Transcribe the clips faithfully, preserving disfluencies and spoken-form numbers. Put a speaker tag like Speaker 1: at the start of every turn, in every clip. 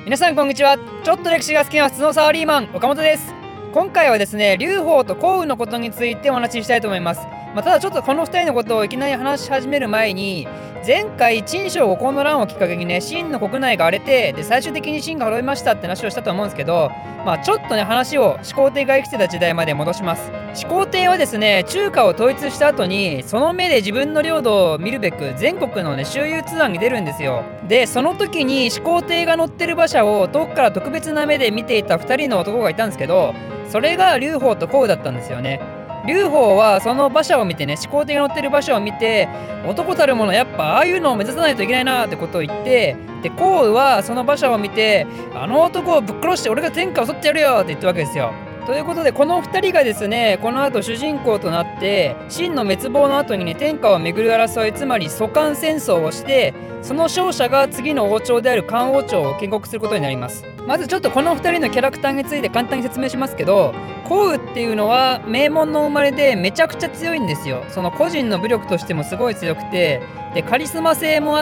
Speaker 1: 皆さんこんにちは。ちょっと歴史が好きな普通のサラリーマン岡本です。今回はですね、劉邦と項羽のことについてお話ししたいと思います。まあ、ただちょっとこのふたりのことをいきなり話し始める前に、前回陳勝五行の乱をきっかけにね、秦の国内が荒れて、で最終的に秦が滅びましたって話をしたと思うんですけど、まあちょっとね話を始皇帝が生きてた時代まで戻します。始皇帝はですね、中華を統一した後にその目で自分の領土を見るべく全国のね周遊ツアーに出るんですよ。でその時に始皇帝が乗ってる馬車を遠くから特別な目で見ていたふたりの男がいたんですけど、それが劉邦と項羽だったんですよね。劉邦はその馬車を見てね、始皇帝が乗ってる馬車を見て、男たるものやっぱああいうのを目指さないといけないなってことを言って、で項羽はその馬車を見て、あの男をぶっ殺して俺が天下を取ってやるよって言ったわけですよ。ということでこのふたりがですね、この後主人公となって秦の滅亡の後にね、天下を巡る争い、つまり蘇漢戦争をして、その勝者が次の王朝である漢王朝を建国することになります。まずちょっとこのふたりのキャラクターについて簡単に説明しますけど、項羽っていうのは名門の生まれでめちゃくちゃ強いんですよ。その個人の武力としてもすごい強くて、でカリスマ性もあって、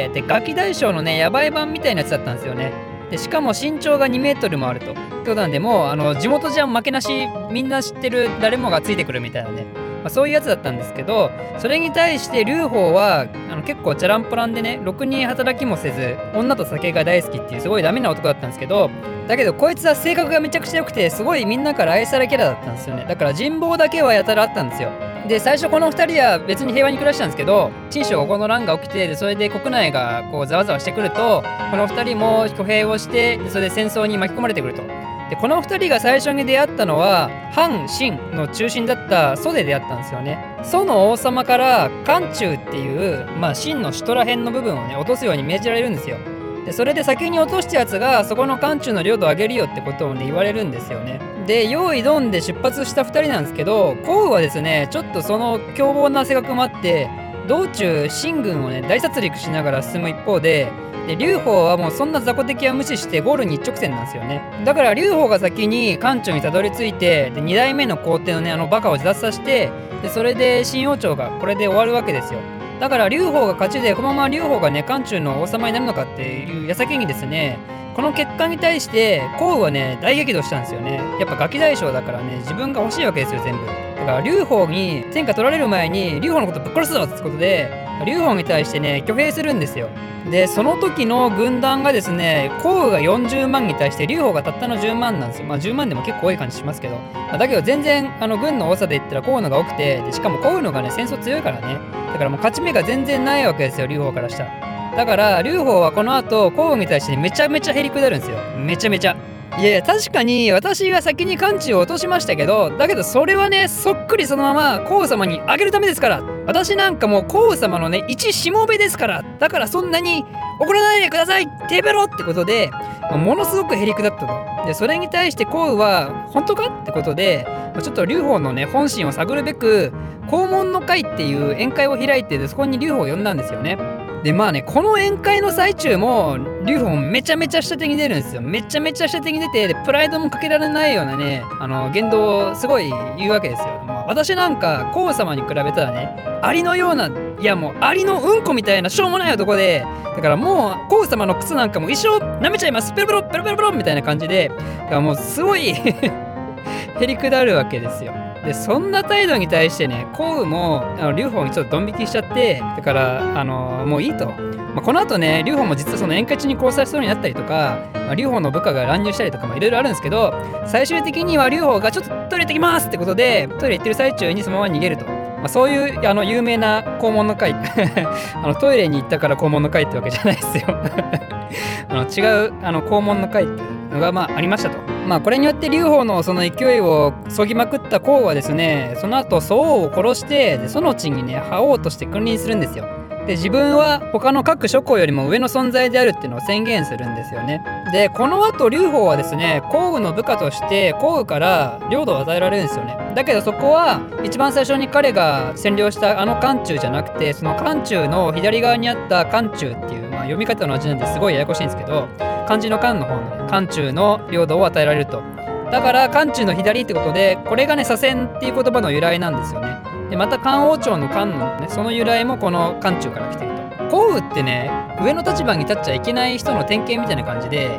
Speaker 1: でガキ大将のねヤバい版みたいなやつだったんですよね。でしかも身長がにメートルもあると。ってことなんで、もうあの地元じゃ負けなし、みんな知ってる、誰もがついてくるみたいなね、まあ、そういうやつだったんですけど、それに対して劉邦はあの結構チャランポランでね、ろくに働きもせず女と酒が大好きっていうすごいダメな男だったんですけど、だけどこいつは性格がめちゃくちゃ良くて、すごいみんなから愛されキャラだったんですよね。だから人望だけはやたらあったんですよ。で最初このふたりは別に平和に暮らしたんですけど、陳勝五行の乱が起きて、でそれで国内がこうざわざわしてくると、このふたりも挙兵をして、でそれで戦争に巻き込まれてくると。でこのふたりが最初に出会ったのは反秦の中心だった蘇で出会ったんですよね。蘇の王様から漢中っていう、まあ、秦の首都ら辺の部分をね落とすように命じられるんですよ。でそれで先に落としたやつがそこの漢中の領土を上げるよってことをね言われるんですよね。で用意ドンで出発したふたりなんですけど、項羽はですねちょっとその凶暴な性格もあって、道中秦軍をね大殺戮しながら進む一方で、で劉邦はもうそんな雑魚敵は無視してゴールに一直線なんですよね。だから劉邦が先に漢中にたどり着いて、でにだいめの皇帝のねあのバカを自殺させて、でそれで秦王朝がこれで終わるわけですよ。だから劉邦が勝ちで、このまま劉邦がね漢中の王様になるのかっていう矢先にですね、この結果に対して項羽はね大激怒したんですよね。やっぱガキ大将だからね、自分が欲しいわけですよ全部。だから劉邦に天下取られる前に劉邦のことぶっ殺すぞってことで、劉邦に対してね挙兵するんですよ。でその時の軍団がですね、項羽がよんじゅうまんに対して劉邦がたったのじゅうまんなんですよ。まあじゅうまんでも結構多い感じしますけど、まあ、だけど全然あの軍の多さで言ったら項羽のが多くて、でしかも項羽のがね戦争強いからね、だからもう勝ち目が全然ないわけですよ劉邦からしたら。だから劉邦はこの後項羽に対してめちゃめちゃへりくだるんですよ。めちゃめちゃ。いやいや確かに私が先に漢中を落としましたけど、だけどそれはねそっくりそのまま項羽様にあげるためですから。私なんかもう項羽様のね一しもべですから。だからそんなに怒らないでくださいテベロってことで、ものすごくへりくだったと。でそれに対して項羽は本当かってことで、ちょっと劉邦のね本心を探るべく黄門の会っていう宴会を開いて、でそこに劉邦を呼んだんですよね。でまあね、この宴会の最中も劉邦めちゃめちゃ下手に出るんですよ。めちゃめちゃ下手に出て、でプライドもかけられないようなねあの言動をすごい言うわけですよ。まあ、私なんか項羽様に比べたらね、アリのような、いやもうアリのうんこみたいなしょうもない男で、だからもう項羽様の靴なんかも一生舐めちゃいます、ペロペロペロペロペロみたいな感じで、だからもうすごいへりくだるわけですよ。でそんな態度に対してね、項羽もあの劉邦にちょっとドン引きしちゃって、だからあのもういいと。まあ、この後ね劉邦も実はその宴会中に殺されそうになったりとか、まあ、劉邦の部下が乱入したりとかいろいろあるんですけど、最終的には劉邦がちょっとトイレ行ってきますってことでトイレ行ってる最中にそのまま逃げると。まあ、そういうあの有名な肛門の会あのトイレに行ったから肛門の会ってわけじゃないですよあの違うあの肛門の会っていうのがまあありましたと。まあこれによって劉邦のその勢いをそぎまくった項羽はですね、その後蘇王を殺して、でその地にね覇王として君臨するんですよ。で自分は他の各諸侯よりも上の存在であるっていうのを宣言するんですよね。でこの後劉邦はですね、項羽の部下として項羽から領土を与えられるんですよね。だけどそこは一番最初に彼が占領したあの漢中じゃなくて、その漢中の左側にあった漢中っていう、まあ、読み方の字なんですごいややこしいんですけど、漢字の漢の方の、ね、漢中の領土を与えられると。だから漢中の左ってことで、これがね左遷っていう言葉の由来なんですよね。でまた漢王朝の漢のねその由来もこの漢中から来てると。項羽ってね上の立場に立っちゃいけない人の典型みたいな感じで、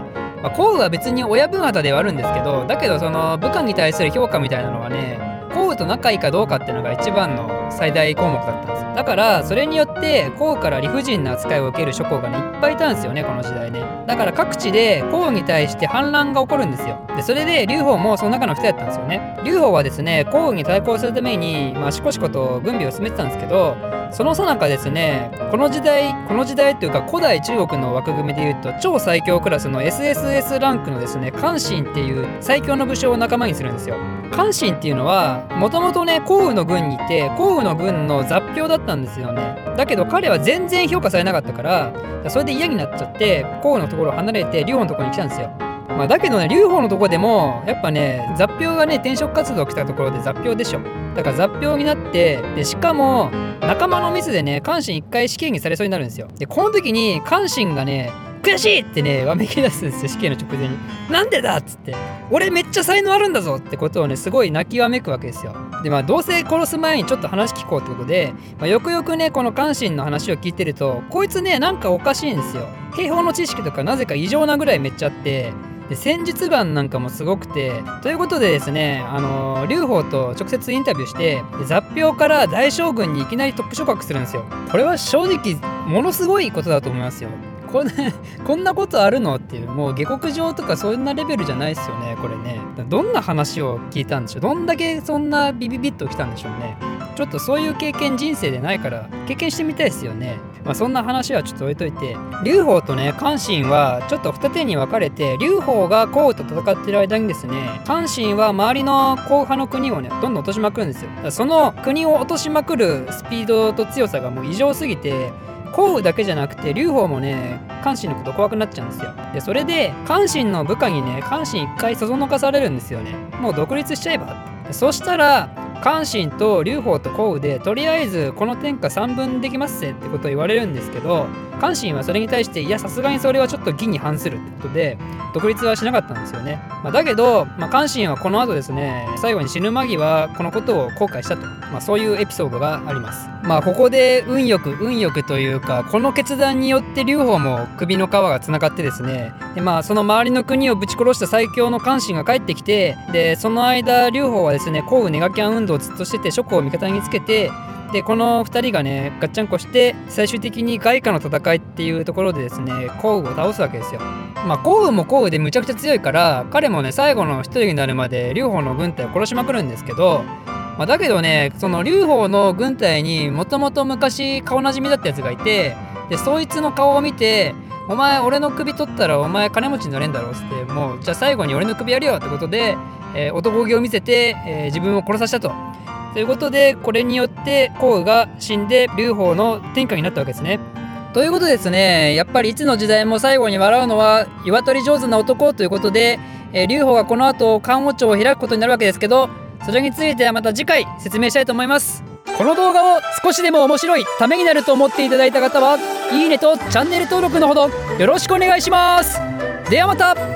Speaker 1: まあ、項羽は別に親分肌ではあるんですけど、だけどその部下に対する評価みたいなのはね、項羽と仲いいかどうかっていうのが一番の最大項目だったんですよ。だからそれによって項羽から理不尽な扱いを受ける諸侯がねいっぱいいたんですよね、この時代ね。だから各地で項羽に対して反乱が起こるんですよ。でそれで劉邦もその中の一人だったんですよね。劉邦はですね、項羽に対抗するためにまあしこしこと軍備を進めてたんですけど、その最中ですね、この時代この時代っていうか古代中国の枠組みでいうと超最強クラスの エスエスエス ランクのですね、関心っていう最強の武将を仲間にするんですよ。関心っていうのはもともとね項羽の軍にいて、項羽の軍の雑兵だったんですよね。だけど彼は全然評価されなかったから、それで嫌になっちゃって項羽のところを離れて劉邦のところに来たんですよ。まあ、だけどね、劉邦のところでもやっぱね、雑兵がね転職活動来たところで雑兵でしょ。だから雑兵になって、でしかも仲間のミスでね関心一回死刑にされそうになるんですよ。でこの時に関心がね悔しいってねわめき出すんですよ、死刑の直前に。なんでだっつって、俺めっちゃ才能あるんだぞってことをねすごい泣きわめくわけですよ。でまあどうせ殺す前にちょっと話聞こうってことで、まあ、よくよくねこの関心の話を聞いてると、こいつねなんかおかしいんですよ。兵法の知識とかなぜか異常なぐらいめっちゃあって、で戦術眼なんかもすごくて、ということでですね、あのー、劉邦と直接インタビューして、雑兵から大将軍にいきなりトップ昇格するんですよ。これは正直ものすごいことだと思いますよ。これね、こんなことあるのっていう、もう下克上とかそんなレベルじゃないですよね、これね。どんな話を聞いたんでしょう。どんだけそんなビビビッときたんでしょうね。ちょっとそういう経験人生でないから経験してみたいですよね。まあそんな話はちょっと置いといて、劉邦とね関心はちょっと二手に分かれて、劉邦が項羽と戦っている間にですね、関心は周りの項派の国をねどんどん落としまくるんですよ。だからその国を落としまくるスピードと強さがもう異常すぎて、項羽だけじゃなくて劉邦もね関心のこと怖くなっちゃうんですよ。でそれで関心の部下にね関心一回そそのかされるんですよね。もう独立しちゃえば。でそしたら関心と劉邦と項羽でとりあえずこの天下三分できますぜってことを言われるんですけど、関心はそれに対していやさすがにそれはちょっと義に反するってことで独立はしなかったんですよね。まあ、だけど、まあ、関心はこの後ですね、最後に死ぬ間際このことを後悔したと、まあ、そういうエピソードがあります。まあここで運よく運よくというか、この決断によって劉邦も首の皮がつながってですね、でまあその周りの国をぶち殺した最強の関心が帰ってきて、でその間劉邦はですね項羽ネガキャン運動をずっとしてて諸侯を味方につけて、でこのふたりがねガッチャンコして最終的に外貨の戦いっていうところでですね項羽を倒すわけですよ。まあ項羽も項羽でむちゃくちゃ強いから、彼もね最後の一人になるまで劉邦の軍隊を殺しまくるんですけど、まあ、だけどねその劉邦の軍隊にもともと昔顔なじみだったやつがいて、でそいつの顔を見て、お前俺の首取ったらお前金持ちになれんだろっつって、もうじゃあ最後に俺の首やるよってことで、えー、男気を見せて、えー、自分を殺させたと。ということでこれによって項羽が死んで劉邦の天下になったわけですね。ということでですね、やっぱりいつの時代も最後に笑うのは鶏上手な男ということで、えー、劉邦がこの後漢王朝を開くことになるわけですけど、それについてはまた次回説明したいと思います。この動画を少しでも面白いためになると思っていただいた方はいいねとチャンネル登録のほどよろしくお願いします。ではまた。